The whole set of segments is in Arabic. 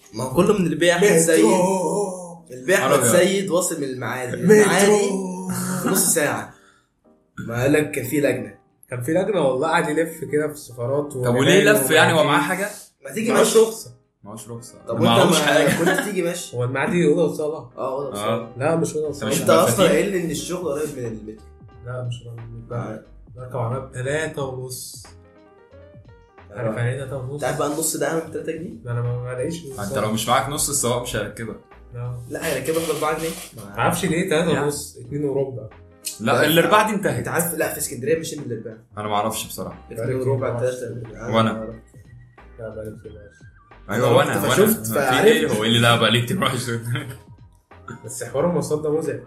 ما هو كله من البيع احمد سيد. البيع احمد سيد واصل من المعادي في نص ساعه. ما قالك كان في لجنه والله قاعد يلف كده في السفارات. طب وليه لف يعني؟ هو معاه حاجه؟ ما تيجي ماشي معهوش رخصه. طب معهوش حاجه كنت تيجي ماشي. هو المعادي اوضه وصاله؟ اوضه وصاله. لا مش اوضه وصاله. انت اصلا قايل ان الشغل قريب من المترو. لا مش قريب من المترو. بركب عربيه 3.5. عارف يعني ايه 3.5؟ تعرف بقى النص ده اهم من 3 جنيه. انا ما لاقيش. انت لو مش معاك نص السواق مش هيركبك. لا هيركبك 4 جنيه. ما اعرفش ليه 3.5 2 وربع. لا الارباع دي انتهت. انت عارف لا في اسكندريه مش من الارباع. انا ما اعرفش بصراحه. 2 وربع 3. وانا لا بقى كده. ايوه وانا شفت في ايه هو اللي لا بقى ليه كتير وحش. بس حوار المواصلات ده مزعج.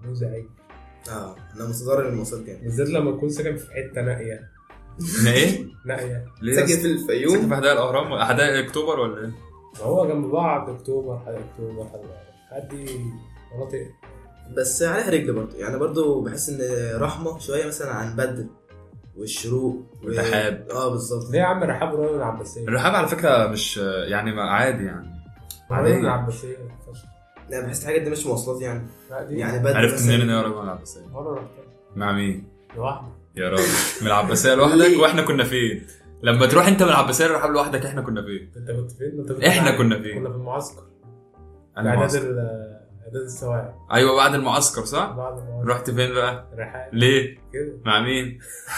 انا متضرر من المواصلات جامد بالذات لما تكون ساكن في حته نائيه. نائيه ساكن في الفيوم. ساكن في حدائق الاهرام حدائق اكتوبر ولا ايه؟ هو جنب بعض اكتوبر حدي مناطق. بس عليها رجل برضه يعني برضه بحس ان رحمه شويه مثلا عن بدر والشروق والرحاب. بالظبط. ليه يا عم الرحاب قريب من العباسيه؟ الرحاب على فكره مش يعني عادي يعني قريب من العباسيه. لا بحس الحاجات دي مش مواصلات يعني. يعني بدر عرفت منين ان هي قريبه من العباسيه؟ مره رحت مع مين؟ لوحدي يا راجل. من العباسيه لوحدك؟ واحنا كنا فين لما تروح انت من العباسيه للرحاب لوحدك؟ احنا كنا فين؟ انت كنت فين؟ احنا كنا فين؟ كنا في المعسكر. اعداد السواعي. ايوه بعد المعسكر صح؟ بعد المعسكر. رحت فين بقى؟ الرحاب. ليه كده؟ مع مين؟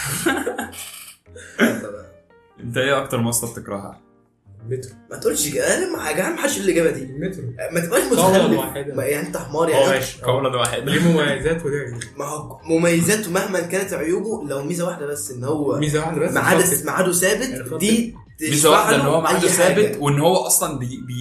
انت ايه اكتر مواصله بتكرهها؟ المترو. ما تقولش كده. انا ما حدش الاجابه دي. المترو. ما تبقاش متخلف. يعني انت حمار يعني. قولا واحد. ليه مميزات وليه عيوب؟ ما هو مميزاته مهما كانت عيوبه لو ميزه واحده بس ان هو ميعاده ثابت. دي ميزه واحده ان هو ميعاده ثابت وان هو اصلا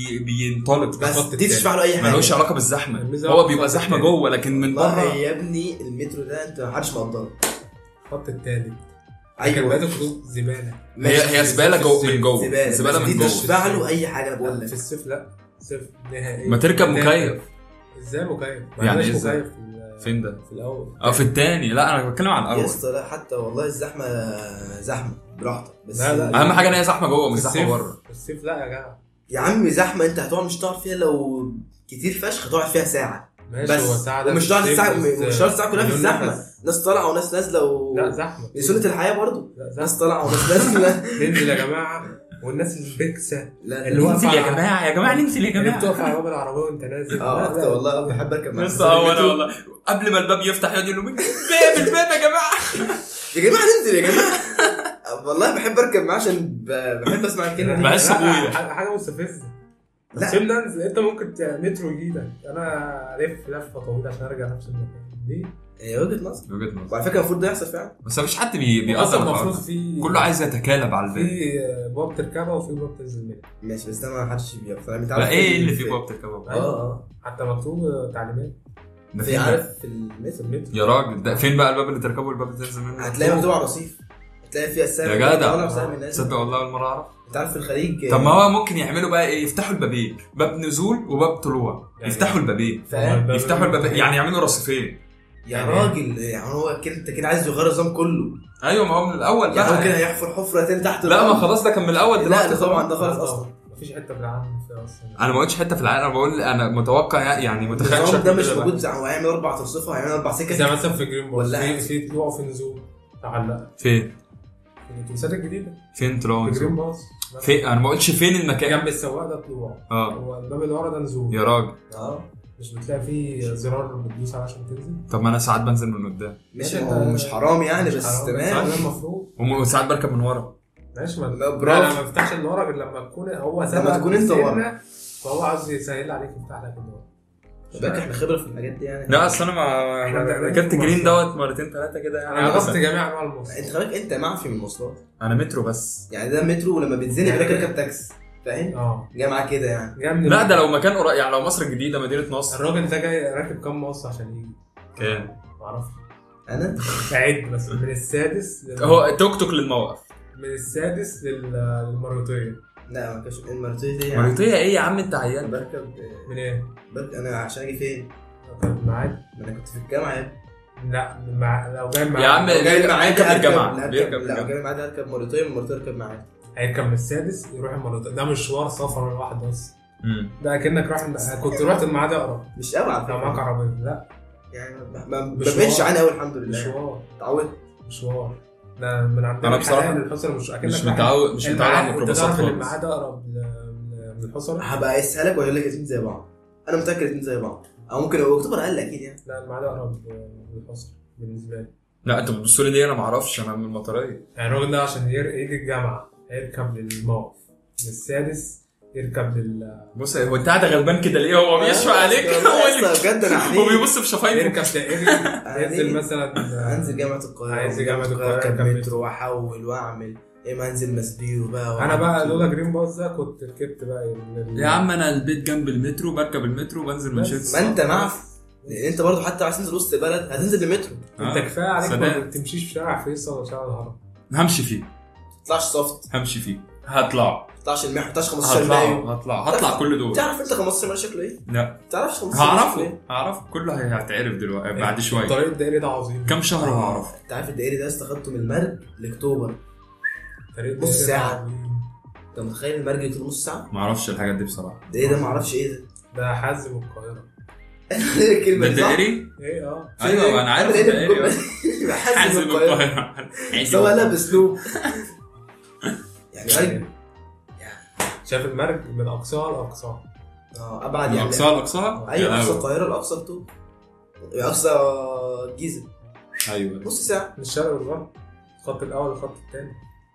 بينطلق بس دي تشفع له اي حاجه. ملوش علاقه بالزحمه. هو بيبقى زحمه جوه لكن من بره يا ابني المترو ده انت ما حدش مقدره. الخط الثالث. ايوه بقى خطوط زباله. هي زباله جوه من جوه. زباله من جوه. تشفع له اي حاجه. انا بقول لك في الصيف لا صيف نهائي. ما تركب مكيف. ازاي مكيف؟ يعني ايه مكيف؟ فين ده؟ في الاول. في الثاني. لا انا بتكلم عن الاول يا اسطى. لا حتى والله الزحمه زحمه براحتك بس لا اهم حاجه ان هي زحمه جوه مش زحمه بره. في الصيف لا يا جماعه يا عم زحمه. انت هتقعد مش هتقعد فيها لو كتير فشخ هتقعد فيها ساعه ماشي. هو ساعه ومش هتقعد الساعه كلها في الزحمه. ناس طالعه وناس نازله لا زحمه دي سنه الحياه برضه. ناس طالعه وناس نازله. ننزل يا جماعه. والناس البكسه اللي واقفه يا جماعه ننزل يا جماعه. اللي بتقف على باب العربيه وانت نازل. اكتر والله بحب اركب معاك. وانا والله قبل ما الباب يفتح يقعد يقول له مين الباب يا جماعه. يا جماعه ننزل يا جماعه. والله بحب اركب معاه عشان بحب اسمع الكلمه دي. بحس ابويا حاجه مستفزه. لا سيبنا ننزل. انت ممكن مترو يجيلك انا الف لفه طويله عشان ارجع نفس المكان. ليه؟ هي وجهه نظر. وعلى فكره المفروض ده يحصل فعلا. بس مفيش حد بيقدر. المفروض في كله عايز يتكالب على الباب. في باب تركبها وفي باب تنزل منها. ماشي بس ده ما حدش بيقدر. انا لا ايه اللي في باب تركبها؟ حتى مكتوب تعليمات. في عارف في المترو يا راجل. ده فين بقى الباب اللي تركبه والباب اللي تنزل منه؟ هتلاقي مكتوب على الرصيف. هتلاقي فيها السعر يا جدع. تصدق والله اول مره اعرف. انت عارف في الخليج. طب ما هو ممكن يعملوا بقى ايه؟ يفتحوا البابين. باب نزول وباب طلوع. يفتحوا البابين. يفتحوا البابين يعني يعملوا رصيفين. يا راجل يعني هو كده عايز يغير النظام كله. ايوه ما هو من الاول بقى. يعني ممكن هيحفر حفرتين تحت. لا ما خلاص ده كان من الاول. لا طبعا ده خلاص اصلا. مفيش حته في العالم فيها اصلا. انا ما قلتش حته في العالم. انا بقول انا متوقع يعني متخيل النظام ده مش موجود. هو هيعمل 4 ترصفه. هيعمل 4 سكك زي مثلا في جرين باص. في طلوع في نزول. تعلق فين؟ في التمثال الجديده. فين طلوع في جرين باص. فين؟ انا ما قلتش فين المكان. جنب السواق ده طلوع. هو الباب اللي ورا ده نزول. يا راجل. مش بتلاقي فيه زرار بتدوس عليه عشان تنزل؟ طب ما انا ساعات بنزل من قدام. مش حرام يعني بس تمام. المفروض. وساعات بركب من ورا. ماشي. ما بفتحش اللي ورا غير لما تكون هو سبب. لما تكون انت ورا فهو عاوز يسهل عليك يفتح لك الدور. بقى احنا خبره في الحاجات دي يعني. لا اصل انا ما ركبت جرين دوت مرتين ثلاثه كده يعني. انا عرفت جميع انواع المواصلات. انت خليك انت معفي من المواصلات. انا مترو بس يعني ده مترو ولما بتزنق راكب تاكسي فاهم. جاي معاه كده يعني. لا ده لو مكان قريب يعني لو مصر الجديده مدينه نصر. الراجل ده جاي راكب كام مواصله عشان يجي؟ كام؟ ما اعرفش. انا بعد بس من السادس هو توك توك للموقف. من السادس للمريوطيه. لا ما كانش المريوطيه دي. مريوطيه ايه يا عم انت عيان؟ بركب من ايه؟ انا عشان اجي فين؟ معاك. ما انا كنت في الجامعه يا لا لو جاي معاك يا عم جاي معاك الجامعه بيركب. لا جاي معاك اركب مريوطيه من المريوطيه اركب معاك. هيركب من السادس يروح المريوطيه. ده مشوار سفر لوحده بس. ده كأنك كنت رحت المعادي اقرب مش قوي على فكره معاك عربيه. لا يعني ما بمشي عنها قوي الحمد لله. مشوار اتعودت مشوار. ده من عندنا انا بصراحه الحصر مش متعود على الميكروباصات خالص. المعادي اقرب من الحصر. هبقى اسالك واقول لك الاثنين زي بعض. انا متاكد الاثنين زي بعض او ممكن اكتوبر اقل اكيد يعني. لا المعادي اقرب من الحصر بالنسبه لي. لا انت بتبص لي ليه؟ انا ما اعرفش، انا من المطريه. يعني الراجل ده عشان يجي الجامعه يركب للموقف من السادس يركب بص هو انت قاعد غلبان كده ليه؟ هو بيشفع عليك بجد انا هو بيبص في شفايفه. يركب ينزل مثلا انزل جامعه القاهره، عايز جامعه القاهره اركب مترو واحول واعمل ايه، ما انزل مسبيرو بقى. انا بقى لولا جرين باص ده كنت ركبت بقى يا عم انا البيت جنب المترو، بركب المترو بنزل من شيتس. ما انت معف، لان انت برضو حتى عايز تنزل وسط البلد هتنزل بالمترو. انت كفايه عليك ما تمشيش في شارع فيصل ولا شارع الهرم. همشي فيه. تطلعش صفت، همشي فيه. هطلع تطلعش المحور، تطلعش 15 مايو. هطلع كل دول. تعرف انت 15 مايو شكله ايه؟ لا تعرفش 15 مايو؟ هعرف كله هيتعرف دلوقتي بعد شويه. الطريق الدائري ده عظيم. كم شهر وهعرف. انت عارف الدائري ده استخدته من المرج لاكتوبر طريق نص ساعه. انت متخيل المرج يطول نص ساعه؟ ما اعرفش الحاجات دي بصراحه. ده ايه ده؟ ما اعرفش ايه ده حزم القاهره. كلمه الدائري ايه ايوه انا عارف الدائري حزم القاهره سواء لا باسلوب يعني شاف المرج من اقصاها لاقصاها. ابعد يعني من اقصاها لاقصاها. ايوه اقصى القاهره لاقصى الطوب، اقصى الجيزه. ايوه نص ساعه من الشرق والغرب، الخط الاول والخط الثاني.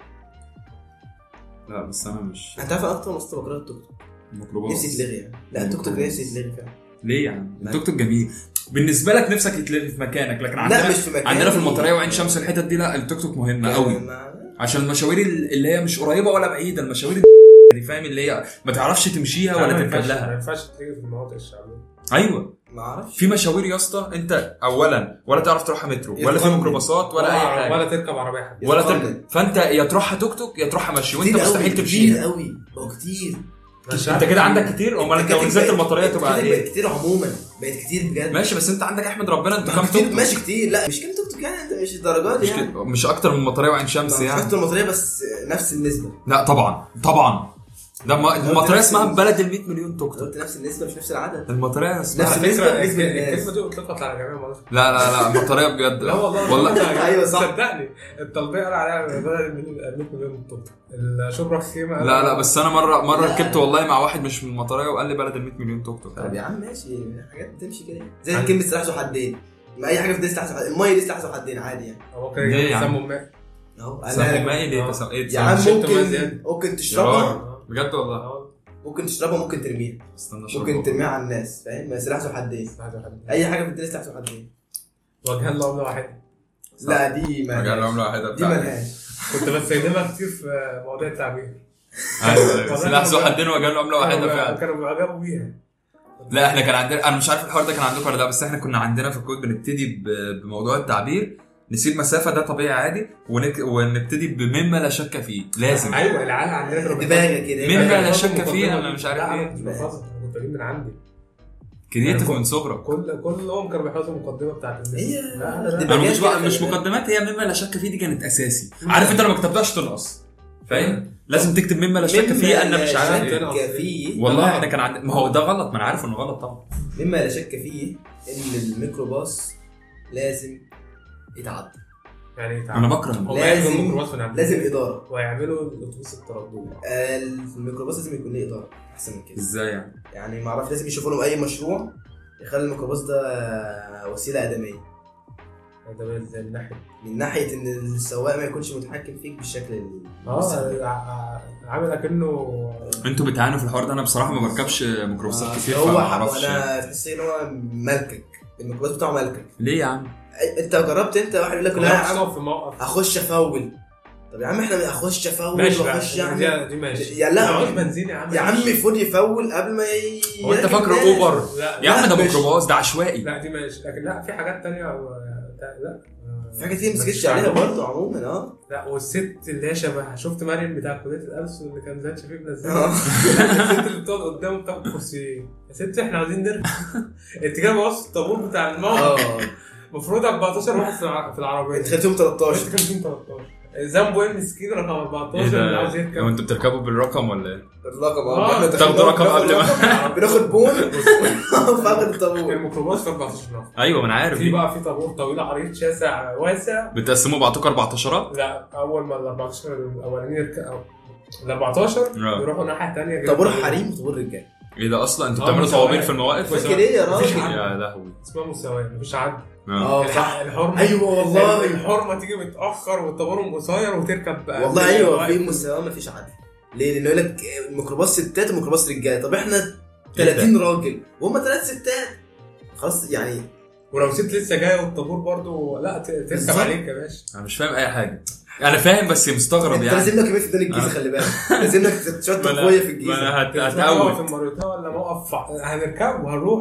لا بس انا مش انت عارف اكتر مصطفى بكره التوك توك ميكروباص نفسي يتلغي يعني. لا التوك توك نفسي يتلغي فعلا. ليه يعني؟ التوك توك جميل بالنسبه لك، نفسك يتلغي في مكانك، لكن عندنا مش في مكانك. عندنا في المطريه وعين شمس الحتت دي لا التوك توك مهمه قوي عشان المشاوير اللي هي مش قريبه ولا بعيده، المشاوير اللي فاهم اللي هي ما تعرفش تمشيها ولا تركب لها. ما ينفعش تيجي في المناطق الشعبيه. ايوه ما اعرفش في مشاوير يا اسطى انت اولا ولا تعرف تروحها مترو ولا في ميكروباصات ولا اي حاجه ولا تركب عربيه حد ولا تركب، فانت يا تروحها توك توك يا تروحها مشي، وانت مستحيل تمشي كتير قوي بقى كتير. انت كده عندك كتير. امال انت لو نزلت المطريه تبقى ايه؟ كتير عموما بقت كتير بجد. ماشي بس انت عندك احمد ربنا انت كام توك توك ماشي كتير. لا مش كام توك توك يعني، انت مش الدرجات يعني مش اكتر من المطريه وعين شمس يعني. مش اكتر من المطريه بس نفس النسبه. لا طبعا ده المطريه اسمها بلد ال 100 مليون توك توك. قلت نفس النسبه مش نفس العدد. المطريه اسمها نفس النسبه. الكلمه دي اطلقت على جميع المناطق. لا المطريه بجد. لا والله ايوه صح صدقني الطلبيه قال عليها بدل 100 مليون توك توك. الشبرا خيمه لا بس انا مره ركبت والله مع واحد مش من المطريه وقال لي بلد ال 100 مليون توك توك. طب يا عم ماشي، حاجات بتمشي كده زي كلمه سلاح ذو حدين. ما اي حاجه في دي سلاح ذو حدين، الميه دي سلاح ذو حدين عادي يعني. هو كده يسموا ماء اهو سموا ماء ليه يا عم ممكن تشربها بجد والله. ممكن تشربها ممكن ترميها، ممكن ترميها على الناس فاهم. ما سلاح ذو حدين، اي حاجه في الدنيا سلاح ذو حدين. وجه الله عمله واحده. لا دي ما وجه الله عمله واحده دي مالهاش. كنت بستخدمها كتير في مواضيع التعبير. ايوه سلاح ذو حدين وجه الله عمله واحده فعلا. كانوا بيعجبوا بيها. لا احنا كان عندنا، انا مش عارف الحوار ده كان عندكم ولا لا، بس احنا كنا عندنا في الكود بنبتدي بموضوع التعبير، نسيب مسافه ده طبيعي عادي، ونبتدي بمما لا شك فيه لازم. ايوه العيال عندنا كانوا دماغه كده مما لا شك فيه. انا مش عارف ايه كنت بجيب من عندي كرييتيف من صغرك. كلهم كانوا بيحطوا المقدمه بتاعت انا مش مقدمات، هي مما لا شك فيه دي كانت اساسي. عارف انت لو ما كتبتهاش تنقص فاهم، لازم تكتب مما لا شك فيه. انا مش عارف فيه والله احنا كان عندنا، ما هو ده غلط، ما انا عارف انه غلط طبعا. مما لا شك فيه ان الميكروباص لازم يتعدل. يعني انا بكره لازم اداره ويعملوا الاتوبيس الترددي. الميكروباص لازم يكون له اداره احسن من كده. ازاي يعني؟ يعني ما اعرف، لازم يشوفوا لهم اي مشروع يخلي الميكروباص ده وسيله ادميه. من ناحيه ان السواق ما يكونش متحكم فيك بالشكل عامل اكنه. انتوا بتعانوا في الحوار ده. انا بصراحه ما بركبش ميكروباصات كتير فما اعرفش. انا تحس ان هو ملكك، الميكروباص بتاعه ملكك. ليه يا عم؟ انت جربت؟ انت واحد يقول لك لا يا عم في موقف اخش افول. طب يا عم احنا اخش افول واخش يعني دي ماشي يا لا بنزين يا عم فود يفول قبل ما هو انت فاكر اوبر يا عم؟ ده ميكروباص ده عشوائي. لا دي ماشي، لكن لا في حاجات تانية لا في حاجات كتير مسكتش عليها برضه عموما. لا والست اللي هي شبه، شفت مريم بتاع كليه الألسن اللي كان زاد شفيف نزلها الست اللي بتقعد قدامه بتاخد كرسيين. يا ست احنا عاوزين نركب انت كده بوظت الطابور بتاع الموقف. المفروض 14 واحد في العربيه، انت خدتهم 13. انت كان 13 ذنبه ايه مسكين رقم 14 اللي عاوز يركب. انتوا بتركبوا بالرقم ولا ايه؟ الرقم احنا تاخدوا رقم قبل ما بناخد بون فاضل الطابور. الميكروباص في 14 نفر. ايوه ما انا عارف. في بقى في طابور طويل عريض شاسع واسع. بتقسموا بعضكم 14. لا اول ما ال 14 الاولانيين يركبوا ال 14 يروحوا الناحيه الثانيه. طابور حريم وطابور رجال. ايه ده اصلا انتوا بتعملوا طوابير في المواقف؟ فاكر ايه يا راجل؟ يا لهوي اسمها مساواه مفيش عدل. صح الحرمه. ايوه والله الحرمه تيجي متاخر والطابور قصير وتركب بقى. والله ايوه في مساواه مفيش عدل. ليه؟ لانه يقول لك الميكروباص ستات وميكروباص رجاله. طب احنا 30 راجل وهم 3 ستات خلاص يعني. ولو ست لسه جايه والطابور برضو لا تركب عليك يا باشا. انا مش فاهم اي حاجه. انا فاهم بس مستغرب يعني. لازم لك كمان في الجيزه خلي بالك. لازم لك تشط قويه في الجيزه. انا هتقوي في المريطه ولا موقف هنركب وهنروح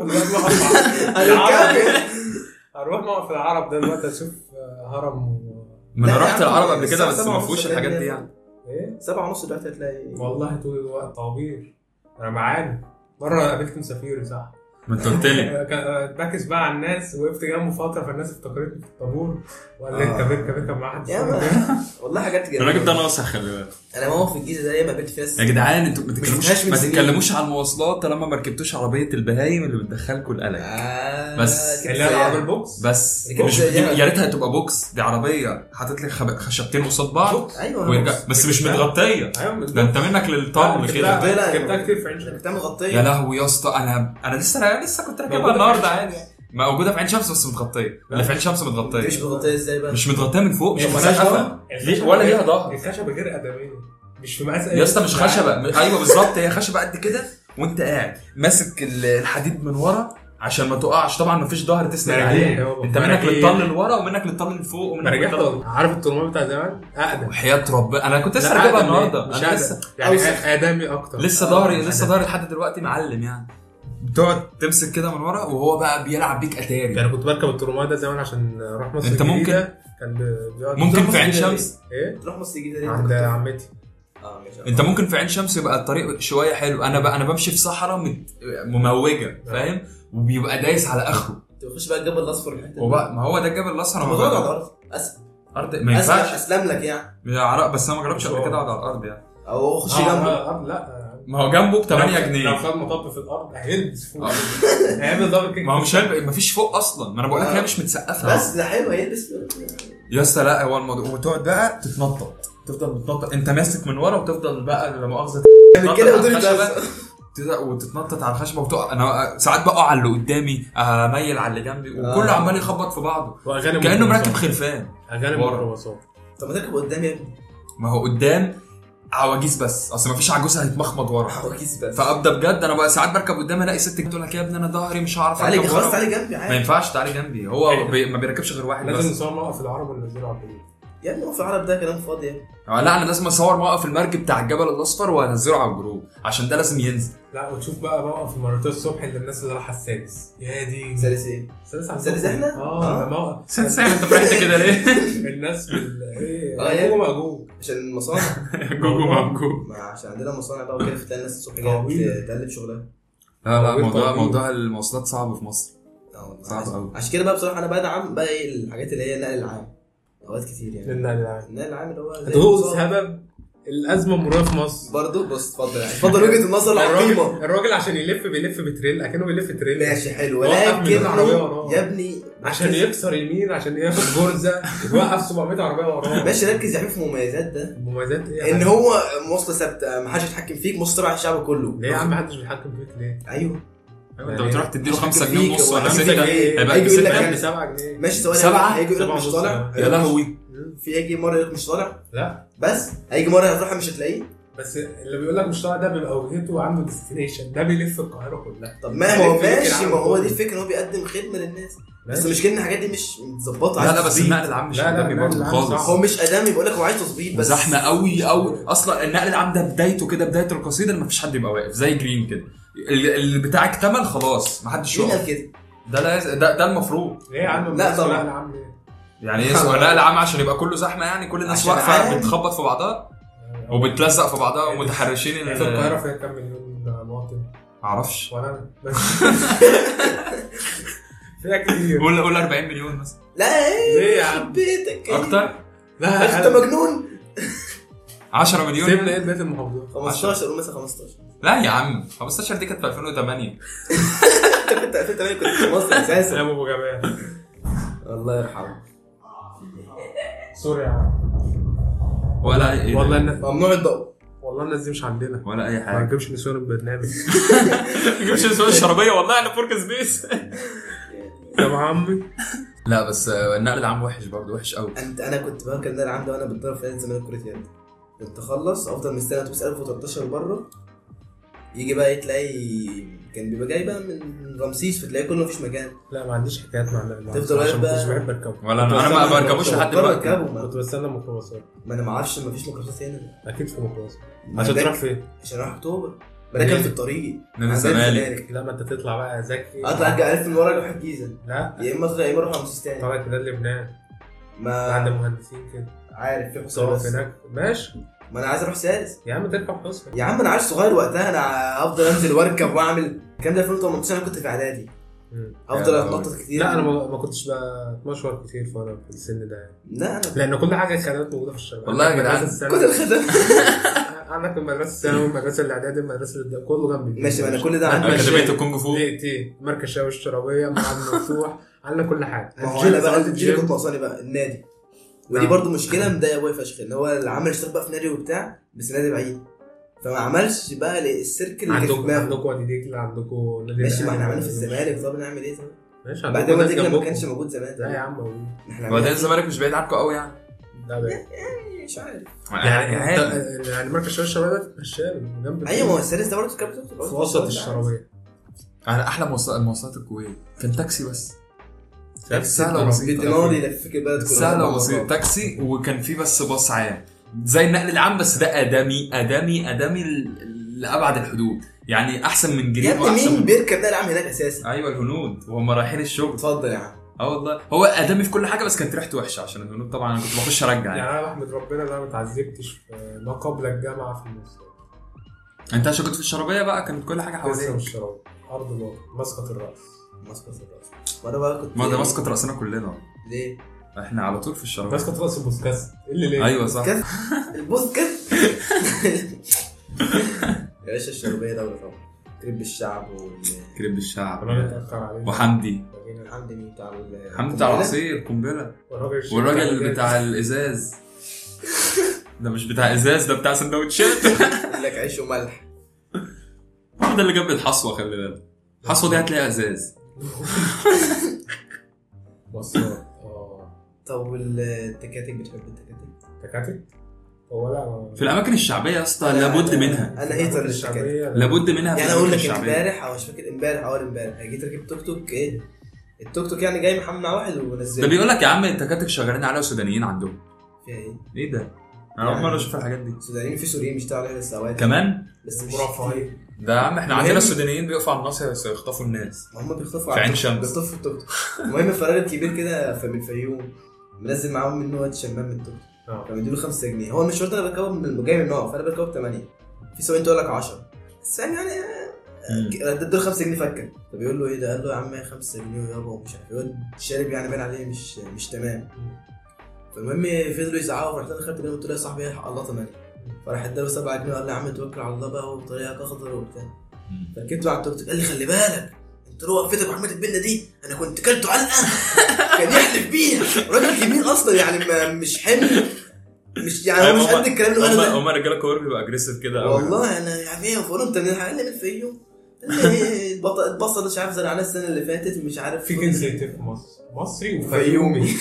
هنروح موقف العرب ده دلوقتي اشوف هرم ما انا رحت العرب قبل كده بس ما فيهوش الحاجات دي يعني. ايه 7:30 دلوقتي هتلاقي والله طول الوقت طوابير. انا معانا مره قابلت مسافير صح. ما انت قلت لي باكس بقى على الناس وقفت جنبه فتره فالناس افتكرتني في الطابور وقال لي اركب ما حدش. والله حاجات جميله. الراجل ده ناصح خلي بالك. انا موقف في الجيزه ده ما قابلت فيها يا جدعان انتوا ما تتكلموش عن المواصلات طالما ما ركبتوش عربيه البهايم اللي بتدخلكم القلق. بس اللي هي العربيه البوكس بس مش يا ريتها تبقى بوكس. دي عربيه حاطط لك خشبتين قصاد بعض. ايوه بس مش متغطيه. ده انت منك للطبل كده. جبتها كتير في عين شمس. جبتها مغطيه. يا لهوي يا اسطى انا لسه كنت راكبها النهارده عادي. موجوده في عين شمس بس متغطيه. اللي في عين شمس متغطيه. مش متغطيه ازاي بقى؟ مش متغطيه من فوق. مش مسقفه ولا ليها ظهر. الخشبه غير ادميه مش في مقاس يا اسطى. مش خشبه. ايوه بالظبط هي خشبه قد كده وانت قاعد ماسك الحديد من ورا عشان ما تقعش. طبعا مفيش ظهر تسند عليه. انت منك للطل لورا ومنك للطل لفوق ومنك للطل. عارف الترمومتر بتاع زمان اقدم وحياه ربنا. انا كنت لسه راكبها النهارده. انا لسه يعني ادمي اكتر. لسه ظهري لحد دلوقتي معلم يعني. بتقعد تمسك كده من ورا وهو بقى بيلعب بيك اتاري. يعني كنت بركب الترمومتر ده زمان عشان اروح مصر. انت ممكن في عين شمس ايه تروح مصر الجديده عند عمتي. انت ممكن في عين شمس يبقى الطريق شويه حلو. انا بمشي في صحراء مموجه فاهم وبيبقى دايس على اخره. تخش بقى الجبل الاصفر ما هو ده الجبل الاصفر. ما هو الارض ارض ما ينفعش اسلم لك يعني يا عراء. بس انا ما جربتش قبل كده اقعد على الارض يعني. او خش جنبه. لا ما هو جنبه ب 8 جنيه. لو خد مطب في الارض هيلبس فوق. هيعمل دبل كيك. ما هو مش ما فيش فوق اصلا. ما انا بقول لك هي مش متسقفه. بس ده حلو هيلبس يا اسطى. لا هو الموضوع وتقعد بقى تفضل متنطط. انت ماسك من ورا وتفضل بقى لا مؤاخذه كده وتتنطط على الخشبه وتقع. انا ساعات بقع على اللي قدامي اميل على اللي جنبي وكله عمال يخبط في بعضه كانه مركب خرفان. اغاني ميكروباصات. طب ما تركب قدام يا ابني. ما هو قدام عواجيز بس. اصل ما فيش عجوز هيتمخمض ورا. عواجيز بس. فابدا بجد انا بقى ساعات بركب قدام الاقي ست بتقول لك يا ابني انا ظهري مش هعرف اركب ورا. خلاص تعالى جنبي عادي. ما ينفعش تعالى جنبي. هو ما بيركبش غير واحد. لازم نصور موقف العرب وننزله على الجروب. يا ابني موقف العرب ده كلام فاضي يعني. لا انا لازم اصور موقف المرج بتاع الجبل الاصفر وانزله على الجروب عشان ده لازم ينزل. لا وتشوف بقى موقف المرتين الصبح اللي الناس اللي رايحه السادس. يا دي سادس ايه؟ سادس احنا؟ موقف سادس انت فرحت كده ليه؟ الناس ايه جوجو عشان المصانع. جوجو عشان عندنا مصانع بقى وكده فتلاقي الناس الصبح جايه تقلب شغلها. لا موضوع المواصلات صعب في مصر. صعب قوي. عشان كده بقى بصراحه انا بدعم بقى ايه الحاجات اللي هي النقل العام. اوقات كتير يعني النقل العام اللي هو سبب الازمه المروريه في مصر برضه. بص اتفضل وجهه النظر العظيمه. الراجل عشان بيلف بتريل اكنه بيلف تريل. ماشي حلو ولكن يا ابني عشان يكسر يمين عشان ياخد جرزه يوقف 700 عربيه وراه. ماشي ركز يا حبيبي في مميزات ده. مميزات ايه ان هو مواصله ثابته ما حدش يتحكم فيك مصر على الشعب كله. ليه يا عم محدش بيتحكم فيك ليه؟ ايوه انت بتروح تديله 5 جنيه ونص ولا 6 هيبقى 7 جنيه. ماشي ثواني هيجي يقول لك مش طالع. يا لهوي. في هيجي مره يقول لك مش طالع. لا بس هيجي مره هتروح مش هتلاقيه. بس اللي بيقول لك مش طالع ده بيبقى وجهته عنده ديستنيشن. ده بيلف القاهره كلها. طب ما هو ماشي. ما هو دي الفكره. هو بيقدم خدمه للناس بس مش كده الحاجات دي مش متظبطه. لا بس النقل العام مش ادمي برضه خالص. هو مش ادمي بقول لك هو عايز تظبيط بس زحمه قوي اصلا. النقل العام ده بدايته كده بدايه القصيده اللي مفيش حد يبقى واقف زي جرين كده. اللي بتاع اكتمل خلاص محدش يقف كده. ده المفروض. ليه يا عم؟ لا طبعا النقل العام ليه؟ يعني ايه نقل العام؟ عشان يبقى كله زحمه يعني كل الناس واقفه بتخبط في بعضها وبتلزق في بعضها ومتحرشين. في القاهره فيها كام مليون مواطن؟ معرفش ولا انا بس فيها كتير. قول 40 مليون مثلا. لا ليه يا عم؟ بيتك اكتر. لا انت مجنون. 10 مليون سيبنا ايه بقيه المحافظات 15 مثلا 15. لا يا عم 15 دي كانت في 2008. انت كنت 2008 كنت في مصر اساسا. يا ابو جمال الله يرحمه. سوري يا عم. ولا إيه والله ممنوع الضوء. والله الناس دي مش عندنا ولا اي ما حاجه. نجيبش نسوان البرنامج. ما تجيبش السؤال الشرابيه والله انا فورك سبيس. يا عمي لا بس النقل العام وحش برضه وحش قوي. انا كنت بفكر ان انا عندي وانا بتدرب في نادي الزمالك كره يد. كنت اخلص افضل مستني اتوبيس 1013 بره يجي بقى تلاقي كان بيبقى جاي بقى من رمسيس فتلاقي كله مفيش مكان. لا ما عنديش حكايات مع النقل تفضل واقف عشان بقى. مش بحب اركبه ولا انا ما بركبوش لحد دلوقتي. كنت بستنى ميكروباصات. ما انا ما اعرفش مفيش ميكروباصات هنا. اكيد في ميكروباصات ما عشان ده- تروح فين؟ عشان اروح اكتوبر. بركب في الطريق نادي عند الزمالك. لا ما انت تطلع بقى ذكي اطلع ارجع الف من ورا اروح الجيزه. لا يا اما اطلع يا اما اروح رمسيس تاني. طلع كده لبنان ما عند المهندسين كده عارف في حسين تقف بس. هناك ماشي ما انا عايز اروح سادس. يا عم تركب حسن يا عم انا عايش صغير وقتها انا افضل انزل واركب واعمل الكلام ده 2018 انا كنت في اعدادي. افضل يا اتنطط كتير. لا انا ما كنتش بتمشور كتير فانا في السن ده يعني. لا انا لان كل حاجه كانت موجوده في الشارع والله يا جدعان. كل الخدم. عندك المدرسه الثانوي المدرسه الاعدادي المدرسه كله جنبي ماشي ما انا كل ده عندي. اكاديميه الكونج فو. دقيقتين مركز شاوي الشرابيه معهد مفتوح عندنا كل حاجه ما هو انا بقى الجيل كنت ناقصاني بقى النادي. ودي نعم. برضو مشكله مضايقه ابويا فشخ ان هو اللي عمل اشتراك بقى في نادي وبتاع بس نادي بعيد فما عملش بقى السيركل اللي كان في دماغه. عندكم وادي دجله عندكم نادي ماشي ما احنا الأهلي. عملنا في الزمالك طب نعمل ايه طب ماشي بعدين عندكم وادي ناس دجله ما جنبكم. كانش موجود زمان. لا يا عم موجود احنا وبعدين الزمالك مش بعيد عنكم قوي يعني. لا بقى مش عارف. يعني مركز شاوي الشرابيه ده تتمشاه جنب ايوه ما هو السادس ده برضه كان في وسط الشرابيه. انا احلى المواصلات الكويت كان تاكسي بس. سهله وبسيطه. بالدينار يلفك البلد كلها. سهله وبسيطه تاكسي وكان في بس باص عام زي النقل العام بس ده ادمي لابعد الحدود يعني احسن من يا جريم ابني واحسن مين من بيركب ده العام هناك اساسا؟ ايوه الهنود وهم رايحين الشغل. اتفضل يا عم. والله هو ادمي في كل حاجه بس كانت ريحته وحشه عشان الهنود طبعا انا كنت بخش ارجع يعني يعني. انا بحمد ربنا ان انا ما اتعذبتش في ما قبل الجامعه في المواصلات. انت عشان كنت في الشرابيه بقى كانت كل حاجه لسه حواليك. مش شراب ارض الواقع مسقط الراس. مسقط الراس. وانا بقى كنت ما ده مسقط راسنا كلنا. ليه؟ احنا على طول في الشرابيه. مسقط راس البوسكاس اللي ليه؟ ايوه صح. البوسكت. يا باشا الشربيه دوله طبعا. كريب الشعب كريب الشعب الراجل اتاخر علينا وحمدي حمدي مين بتاع حمدي بتاع العصير قنبله والراجل بتاع الازاز ده مش بتاع ازاز ده بتاع سندوتشات. يقول لك عيش وملح. هو ده اللي جاب الحصوه خلي بالك. الحصوه دي هتلاقيها ازاز. مصر طب والتكاتك بتحب التكاتك؟ تكاتك هو لا في الاماكن الشعبيه يا اسطى لابد منها. انا هيتر للتكاتك. لابد منها في يعني اقول الاماكن لك الشعبيه. امبارح او مش فاكر امبارح او امبارح جيت ركبت توك توك ايه التوك توك يعني جاي محمل مع واحد ونزله. ده بيقول لك يا عم التكاتك شغالين عليها سودانيين عندهم. فيها ايه؟ ايه ده؟ انا اول مره اشوف الحاجات دي. سودانيين في سوريين بيشتغلوا عليها بس اوقات كمان بس مش مرفهين. ده يا عم احنا المهم- عندنا السودانيين بيقفوا على الناصر يخطفوا الناس. هم بيخطفوا في عين التوك- شمس. بيخطفوا التوك توك. المهم الفرار الكبير كده من الفيوم منزل معاهم منه واد شمام من التوك توك فمديله 5 جنيه. هو المشوار ده انا بركبه من جاي من النوع فانا بركبه ب 8 في سواقين تقول لك 10 بس فاهم يعني اديله 5 جنيه فكه. فبيقول له ايه ده؟ قال له يا عم 5 جنيه يابا ومش عارف يقول شارب يعني باين عليه مش تمام. فالمهم فضلوا يزعقوا فرحت انا خدت بالي قلت له يا صاحبي حق الله 8 فراح اداله 7 جنيه وقال لي يا عم توكل على الله بقى وبطريقه اخضر وبتاع. فركبت على التوك توك قال لي خلي بالك انت لو وقفتك وحمد البنه دي انا كنت كلته علقه كان يحلف بيها. راجل كبير اصلا يعني مش حمل مش يعني هو مش قد الكلام اللي قاله ده. هم الرجاله كور بيبقى اجريسيف كده قوي. والله انا يعني فقول انت من الحاجات اللي من الفيوم البصل مش عارف زرعناه السنه اللي فاتت مش عارف في جنسيتين في مصر مصري فيومي. وفيومي.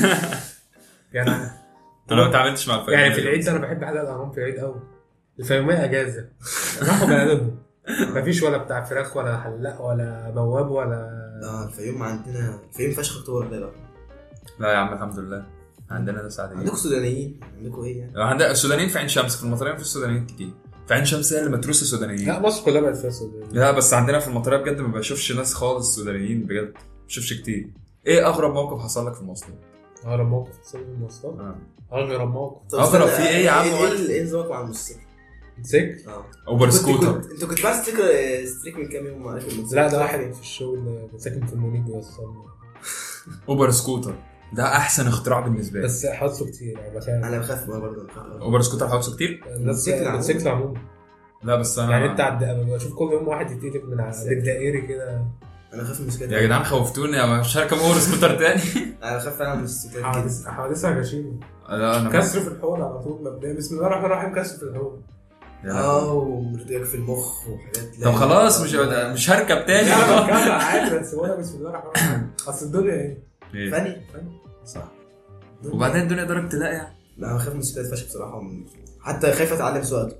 يعني انا ما اتعاملتش مع الفيوم يعني في العيد انا بحب حلقه الاهرام في العيد قوي. الفيوميه اجازه راحوا بلدهم مفيش ولا بتاع فراخ ولا حلاق ولا بواب ولا الفيوم عندنا الفيوم فشخ خطوره ده بقى. لا يا عم الحمد لله عندنا ناس عاديين. عندكم سودانيين عندكم ايه يعني؟ عندنا السودانيين في عين شمس في المطريه في السودانيين كتير. في عين شمس هي اللي متروسه سودانيين. لا مصر كلها بقت فيها سودانيين. لا بس عندنا في المطريه بجد ما بشوفش ناس خالص سودانيين بجد ما بشوفش كتير. ايه اغرب موقف حصل لك في المواصلات؟ اغرب موقف حصل في المواصلات اغرب موقف اضرب فيه ايه يا عم؟ ايه نظامك مع الموتوسيكل؟ موتوسيكل اوبر سكوتر. انت كنت بعد ستريك من كام يوم معاك الموتوسيكل؟ لا ده واحد في الشغل ساكن في المنيب بيوصلني. اوبر سكوتر ده احسن اختراع بالنسبه لي. بس حادثه كتير يعني مثلا انا بخاف برضه اوبر سكوتر حادثه كتير. الموتوسيكل عموما لا بس انا يعني انت بشوف كل يوم واحد يتقلب من بالدائري كده. انا خايف من الموتوسيكلات يا جدعان خوفتوني يا مش هركب اوبر سكوتر تاني. انا بخاف فعلا من الموتوسيكلات كده. حوادثها غشيمه. انا كسر في الحوض على طول مبدئيا بسم الله الرحمن الرحيم كسر في الحوض. ومرتجك في المخ وحاجات. طب خلاص مش هركب تاني. لا بركبها عادي بس هو بسم الله الرحمن الرحيم. اصل الدنيا ايه فني صح. وبعدين الدنيا درجة تلاقي يعني. لا انا خايف من الموتوسيكلات فشخ بصراحه، حتى خايف اتعلم سواقته.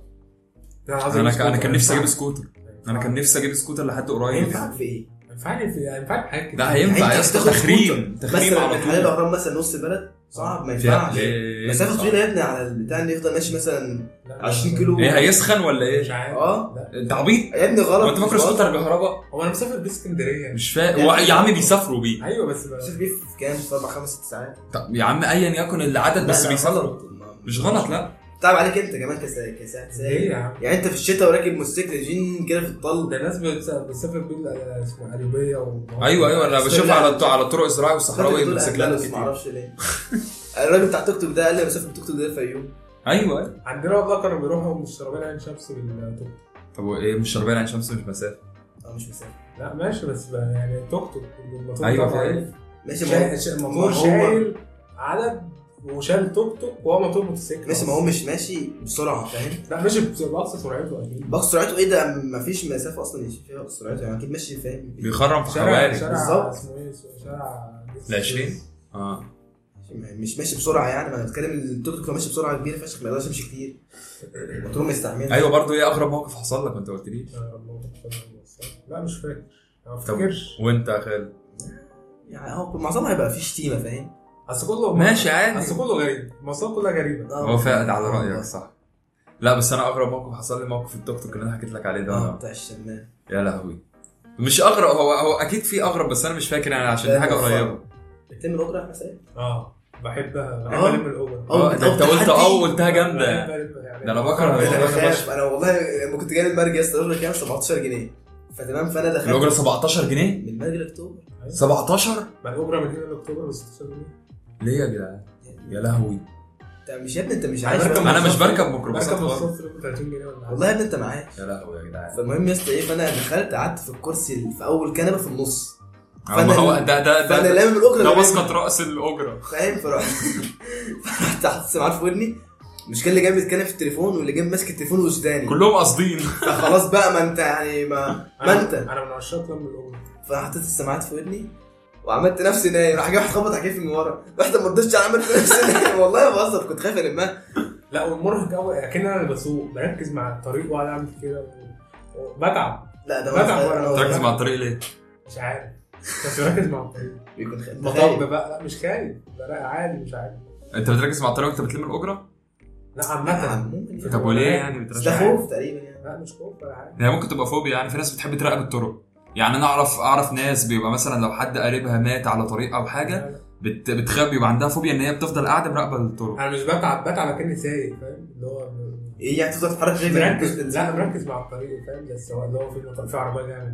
انا كان نفسي اجيب سكوتر. انا كان نفسي اجيب سكوتر لحد قريب. ينفعك في ايه؟ ينفعك حاجات كتير. لا هينفع يا اسطى تخريم على طول. الاهرام مثلا نص البلد صعب ما ينفعش. مسافه طويله يا ابني على البتاع اللي يفضل ماشي مثلا 20 كيلو. ايه هيسخن ولا ايه؟ مش عارف. انت عبيط يا ابني غلط. انت فاكر سكوتر كهرباء؟ هو انا مسافر باسكندريه مش فاهم. يا عم بيسافروا بيه. ايوه بس مسافر بيه في كام؟ 4 5 6 ساعات. طب يا عم ايا يكن العدد بس بيسافروا. مش غلط لا. تعب عليك انت كمان كساعة. ايه يا عم يعني انت في الشتاء وراكب موتوسيكل جين كده في الطل. ده الناس بتسافر بيه اسمه قليوبيه ايوه انا بشوف على الطرق الزراعيه والصحراويه موتوسيكلات كتير. ما اعرفش ليه. الراجل بتاع التوك توك ده قال لي مسافه التوك توك ده الفيوم. ايوه عندنا والله كانوا بيروحوا من الشرابين عين شمس بالتوك. طب وايه مش شربين عين شمس مش مسافه؟ مش مسافه. لا ماشي بس يعني توك توك الموتور. ايوه ماشي الموتور شايل عدد وشال توك توك وهو موتور موتوسيكل. ماشي ما هو مش ماشي بسرعه فاهم. لا ماشي باقصى سرعته اكيد. باقصى سرعته ايه ده؟ مفيش مسافه اصلا يمشي فيها باقصى سرعته يعني اكيد ماشي فاهم. بيخرم في حوالي بالظبط. اسمه ايه شارع ال20 مش ماشي بسرعه يعني. ما بتكلم التوك توك لو ماشي بسرعه كبيره فشخ ما يقدرش يمشي كتير. الموتور ما يستحملش. ايوه برضو ايه اغرب موقف حصل لك وانت قلتليش؟ لا مش فاكر ما افتكرش. وانت يا خالد يعني هو معظمها هيبقى فيه شتيمه فاهم. اصل كله ماشي عادي. اصل كله غريب. المواصلات كلها غريبه. هو فعلا على رايك صح. لا بس انا اغرب موقف حصل لي موقف التوك توك اللي انا حكيت لك عليه ده. بتاع الشمال. يا لهوي مش اغرب. هو اكيد في اغرب بس انا مش فاكر يعني عشان دي حاجه قريبه. بتلم الاجره يا حسين. بحب الم الاجره. انت قلت قلتها جامده. ده انا بكره انا والله لما كنت جاي المرج يا اسطى الاجره كام 17 جنيه فتمام. فانا دخلت الاجره 17 جنيه من المرج لاكتوبر. 17 ما الاجره من هنا لاكتوبر ب 16 جنيه. ليه يا جدعان؟ يا لهوي انت مش يا ابني انت مش عايش. انا مش بركب ميكروباصات بركب 30 جنيه ولا والله يا ابني انت معايا. يا لهوي يا جدعان. فالمهم يا اسطى ايه فانا دخلت قعدت في الكرسي في اول كنبه في النص. فانا هو ده فانا لامم الاجره ده مسقط راس الاجره فاهم. فرحت حطيت السماعه في ودني. مش كان اللي جاي بيتكلم في التليفون واللي جاي ماسك التليفون وسوداني كلهم قاصدين. فخلاص بقى ما انت يعني ما انت انا من عشاق لم الاجره. فحطيت السماعات في ودني وعملت نفسي نايم. راح جاي خبط على كيفي من ورا. رحت ما رضيتش عملت نفسي نايم والله بهزر كنت خايف المها. لا والمرهق قوي اكن انا اللي بسوق بركز مع الطريق وقاعد اعمل كده وبتعب. لا ده تركز مع الطريق ليه؟ مش عارف بس بركز مع الطريق. بيكون خايف مطب بقى. لا مش خايف لا عادي مش عارف. انت بتركز مع الطريق وانت بتلم الاجره؟ لا عامه. طب وليه يعني بتركز؟ ده خوف تقريبا يعني. لا مش خوف ولا حاجه. هي ممكن تبقى فوبيا يعني. في ناس بتحب تراقب الطرق يعني. انا اعرف ناس بيبقى مثلا لو حد قريبها مات على طريق او حاجه بتخاف بيبقى عندها فوبيا ان هي بتفضل قاعده مراقبه الطرق. انا مش بتعب كاني سايق فاهم اللي هو ايه يعني تفضل تتحرك رجلك. لا مركز مع الطريق فاهم. بس هو اللي هو في عربيه جايه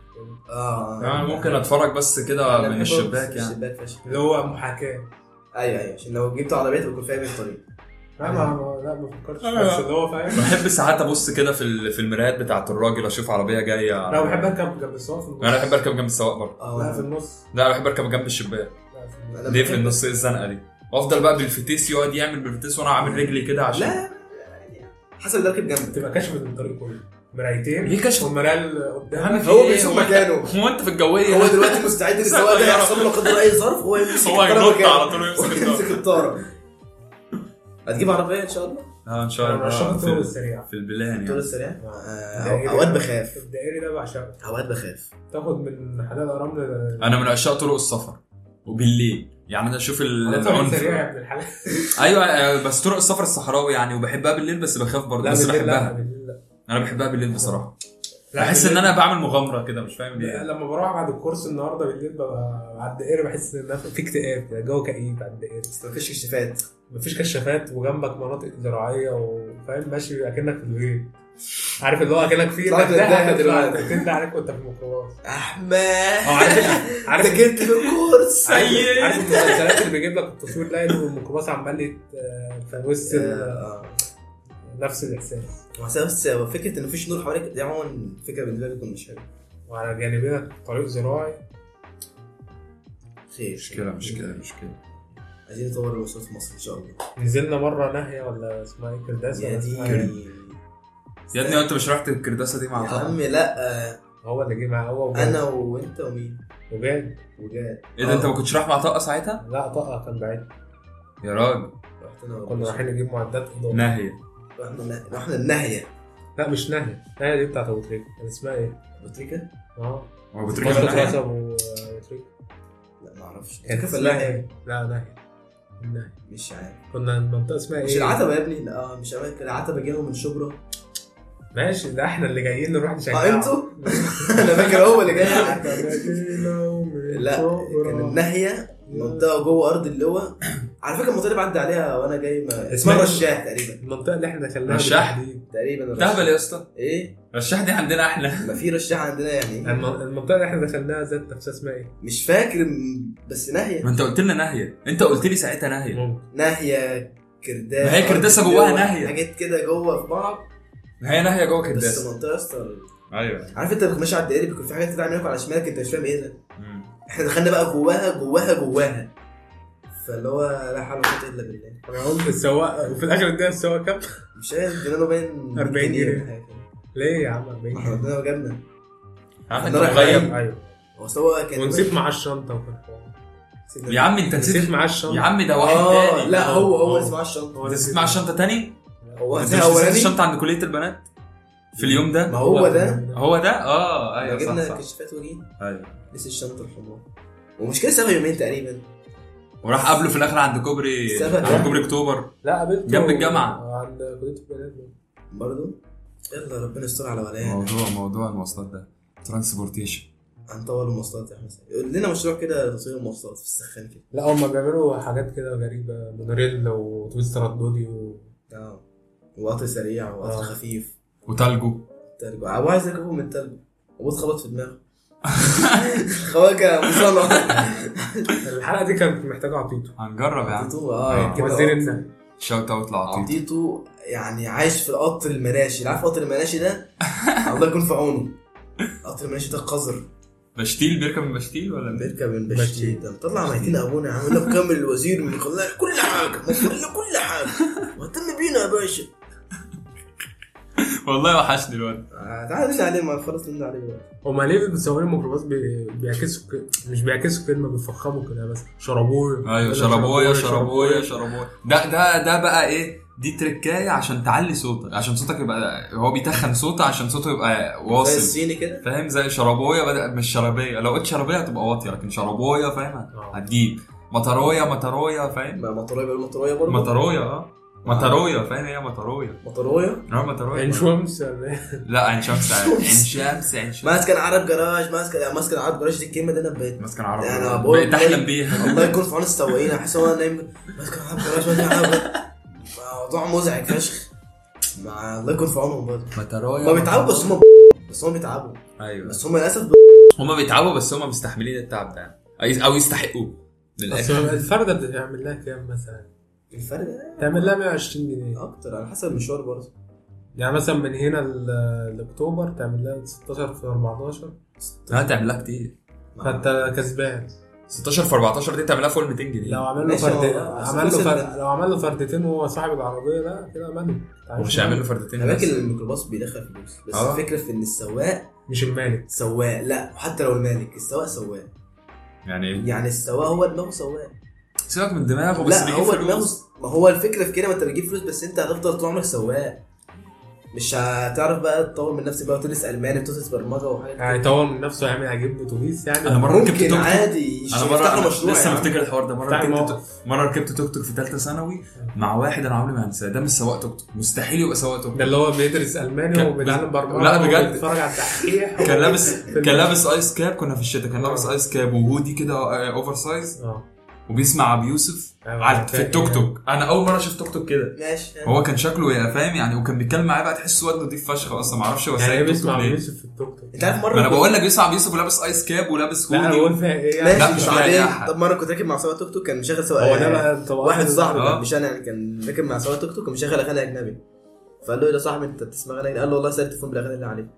يعني ممكن اتفرج بس كده من الشباك يعني اللي هو محاكاه. ايوه عشان لو جبت عربيه بكون فاهم الطريق. لا ما فكرتش بس اللي هو فاهم. بحب ساعات ابص كده في المرايات بتاعه الراجل اشوف عربيه جايه. لا بحب اركب جنب السواق. انا بحب اركب جنب السواق برضه. لا في النص. لا بحب اركب جنب الشباك. دي في النص الزنقه دي وافضل بقى بالفتيس يقعد يعمل بالفتيس وانا عامل رجلي كده عشان لا حسب اللي راكب جنبك تبقى كاشف الطريق كله. مرايتين ليه كشف والمرايه اللي قدام هو بيسوق مكانه. هو انت في الجويه هو دلوقتي مستعد للسواق ده يحصل له قدر اي ظرف هو يمسك على طول يمسك الطاره. هتجيب عربيه ان شاء الله. ان شاء الله. الطرق السريعه في البلان يعني الطرق السريعه. اوقات بخاف. الدائري ده بعشقه. اوقات بخاف. تاخد من حدائق رمل. انا من عشاق طرق السفر وبالليل يعني. انا اشوف العنف سريع يا ابن الحلال. ايوه بس طرق السفر الصحراوي يعني وبحبها بالليل بس بخاف برضه. بس بحبها. لا. انا بحبها بالليل بصراحه. بحس ان انا بعمل مغامره كده مش فاهم ليه. لما بروح بعد الكورس النهارده بالليل ببقى على الدائري بحس ان في اكتئاب كده. جو كئيب على الدائري. مفيش كشافات وجنبك مناطق زراعيه وفاهم ماشي اكنك في البيت. عارف اللي هو كانك فيه دلوقتي عليك وانت في الميكروباص احمد عارف جبت في الكورس. عارف المسلسلات اللي بيجيب لك التصوير لا الميكروباص عمال في وسط نفس الاحساس. بس فكره ان مفيش نور حواليك دي عموما فكره بالنسبه لي مش حلوه. وعلى جانبنا طريق زراعي خير. مشكله عايزين نطور الوسط في مصر ان شاء الله. نزلنا مره ناهيه ولا اسمها ايه كرداسه يا ابني انت مش رحت الكرداسه دي مع طه؟ يا عم لا هو اللي جه معاه هو انا وانت ومين وجاد. ايه ده انت ما كنتش رايح مع طه ساعتها؟ لا طه كان بعيد يا راجل. كنا رايحين نجيب معدات اضاءه. ناهيه. رحنا الناهيه. لا مش ناهيه دي بتاعت ابو تريكه. كان اسمها ايه؟ ابو تريكه؟ ابو تريكه لا ما اعرفش. كانت اسمها ايه؟ لا ناهيه مش عارف. كنا المنطقه اسمها ايه؟ مش العتبه يا ابني. لا مش العتبه جايه من شبرا. ماشي ده احنا اللي جايين نروح نشجع. انتوا انا فاكر هو اللي جاي. لا كان الناهيه منطقه جوه ارض اللواء. على فكره المنطقه اللي بعدي عليها وانا جاي اسمها رشاح تقريبا. المنطقه اللي احنا دخلناها رشاح تقريبا. تهبل يا اسطى. ايه رشاح دي عندنا احنا. ما في رشاح عندنا يعني. المنطقه اللي احنا دخلناها ذات نفسها اسمها ايه؟ مش فاكر بس ناهيه. ما انت قلت لنا ناهيه. انت قلت لي ساعتها ناهيه. ناهيه كرداسه. ما هي كرداسه جواها ناهيه. حاجات كده جوه في بعض. ما هي ناهيه جوه كرداسه. بس منطقه يا اسطى. ايوه عارف انت ماشي على الدائري بيكون في حاجات كده عاملينها على شمالك انت مش فاهم ايه ده. احنا دخلنا بقى جواها فاللي هو لا حول ولا قوه الا بالله. انا قلت السواق وفي الاخر ادينا السواق كام؟ مش عارف ادينا له باين 40 جنيه. ليه يا عم 40 احنا ادينا جبنا. انت مغيب. ايوه هو سواق كان ونسيت معاه الشنطه يا عم انت نسيت معاه الشنطه. يا عم ده واحد تاني. لا هو نسيت معاه الشنطه. هو نسيت معاه الشنطه تاني. هو نسيت الشنطه عند كليه البنات في اليوم ده. ما هو ده ايوه صح. جبنا كشافات وجين. ايوه نسي الشنطه الحمراء. ومشكله سابها يومين تقريبا. وراح قابله في الاخر عند كوبري اكتوبر. لا قابلته جنب الجامعه عند كليه البنات برضه. يلا ربنا يستر على ولاية. موضوع المواصلات ده ترانسبورتيشن. هنطور المواصلات يا احمد. يقول لنا مشروع كده تصوير المواصلات في السخان كده. لا هم بيعملوا حاجات كده غريبه. مونوريل وتويست ترددي وقطر سريع وقطر خفيف وتلجو. عايز اركبه من التلج واتخبط في دماغه. خواجه مصنع. الحلقه دي كانت محتاجه عطيتو. هنجرب يا عم. وزير النهي شوت اوت لعطيتو. يعني عايش في القطر المناشي. عارف قطر المناشي ده؟ الله يكون في عونه. قطر المناشي ده قذر. بشتيل بيركب من بشتيل ولا بيركب من بشتيل؟ ده مطلع ميتين ابونا يا عم. يقول لك كمل الوزير من خلال كل حاجه كل حاجه واهتم بينا يا باشا. والله وحشني الواد. تعال ننده عليه. ما خلص ننده عليه دلوقتي. هما ليه مسوين الميكروباص بيعكسوا مش بيعكسوا كلمه بيفخموا كده بس شربويه. ايوه شربويه. ده بقى ايه دي تركايه عشان تعلي صوتك. عشان صوتك يبقى هو بيتخن صوته عشان صوته يبقى واصل. زي الصيني كده فاهم. زي شربويه بدأ مش شربيه. لو قلت شربيه هتبقى واطيه لكن شربويه فاهم هتجيب مطرويه فاهم. مطرويه برضه مطرويه فاهم. هي مطرويه عين شمس. لا عين شمس. ماسكن عرب جراج. ماسكن عرب جراج. دي الكلمه دي انا ماسكن عرب يعني بقيت احلم بيها. الله يكون في عون السواقين. احس هو نايم ماسكن عرب جراج. موضوع مزعج فشخ. مع الله يكون في عونهم برضه. مطرويه ما بيتعبوا بس هم بيتعبوا. ايوه بس هم للاسف هم بيتعبوا بس هم مستحملين التعب ده او يستحقوه للاخر. الفرده بتعمل لها كام مثلا؟ الفرده تعمل لها 120 جنيه اكتر على حسب المشوار برضه. يعني مثلا من هنا لاكتوبر تعمل لها 16 في 14. لا تعمل لها كتير. فانت كسبان. 16 في 14 دي تعملها فوق 200 جنيه. لو عمل له فردتين وهو صاحب العربيه ده كده مالي. ومش هيعمل له فردتين. اماكن الميكروباص بيدخل فلوس بس الفكره في ان السواق مش المالك سواق. لا حتى لو المالك السواق سواق. يعني ايه؟ يعني السواق هو دماغه سواق. سيبك من دماغه بس بيجيب فلوس. ما هو الفكره في كده. ما انت بتجيب فلوس بس انت هتفضل طول عمرك سواق. مش هتعرف بقى تطور من نفسك بقى وتدرس الماني وتدرس برمجه وحاجات يعني يطور من نفسه. هيجيب اتوبيس يعني. انا مره ركبت توك عادي. انا مره لسه مفتكر الحوار ده. مره ركبت توك توك في ثالثه ثانوي مع واحد انا عمري ما هنساه. ده مش سواق توك توك. مستحيل يبقى سواق توك توك. ده اللي هو بيدرس الماني وبيتعلم برمجه. لا بجد بيتفرج على التحقيق. كان لابس ايس كاب. كنا في الشتاء. كان لابس ايس كاب وهودي كده اوفر سايز. وبيسمع ابو يوسف في التوك توك. انا اول مره اشوف توك توك كده. ماشي. هو كان شكله فاهم يعني، وكان بيتكلم معايا بقى تحس واد نضيف فشخ اصلا، ما اعرفش هو يعني سايق بيسمع ابو يوسف في التوك توك. انت عارف مره انا بقول لك بيسمع ابو يوسف ولابس ايس كاب ولابس لا هودي هو فيها ايه ماشي لا، مش مش عليه. فاهم. طب مره كنت راكب مع سواق توك توك كان مشغل سواق، هو ده بقى طبعا واحد صاحبي آه. مش انا يعني، كان راكب مع سواق توك توك ومشغل اغاني اجنبي، فقال له يا صاحبي انت بتسمع اغاني؟ قال له والله سايب التليفون بالاغاني اللي عليه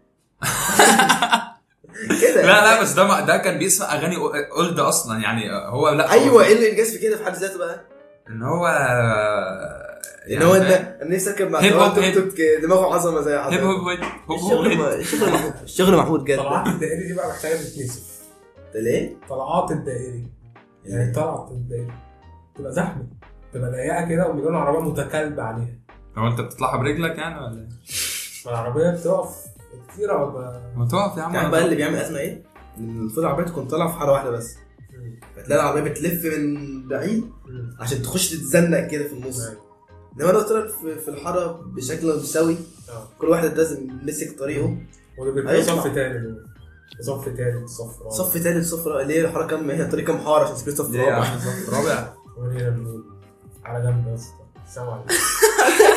كده. لا بس ده كان بيسمع اغاني اولد اصلا يعني. هو لا ايوه ايه اللي انجاز في كده في حد ذاته بقى؟ ان هو ان هو انا نفسي اركب مع سواق توك توك دماغه عظمه زي هيب عظمه. هوب الشغل محمود جد. طلعات الدائري دي بقى محتاجه تتنسف. ده ليه؟ طلعات الدائري يعني طلعت الدائري تبقى زحمه، تبقى ضيقه كده ومليون عربيه متكلبه عليها. هو انت بتطلعها برجلك يعني ولا العربيه بتقف كتير ولا ما تقف يا عم؟ يعني بقى اللي بيعمل ازمه ايه؟ ان المفروض العربيه تكون طالعه في حاره واحده بس، فتلاقي العربيه بتلف من بعيد عشان تخش تتزنق كده في النص. انما لو طلعت في الحاره بشكل مساوي كل واحد لازم مسك طريقه. وده بيبقى صف تاني دول، صف تالت صف تالت صف رابع. ليه الحاره كام؟ هي طريق كام حاره عشان تسكت صف رابع؟ رابع وهنا بنقول على جنب يا اسطى. السلام عليكم.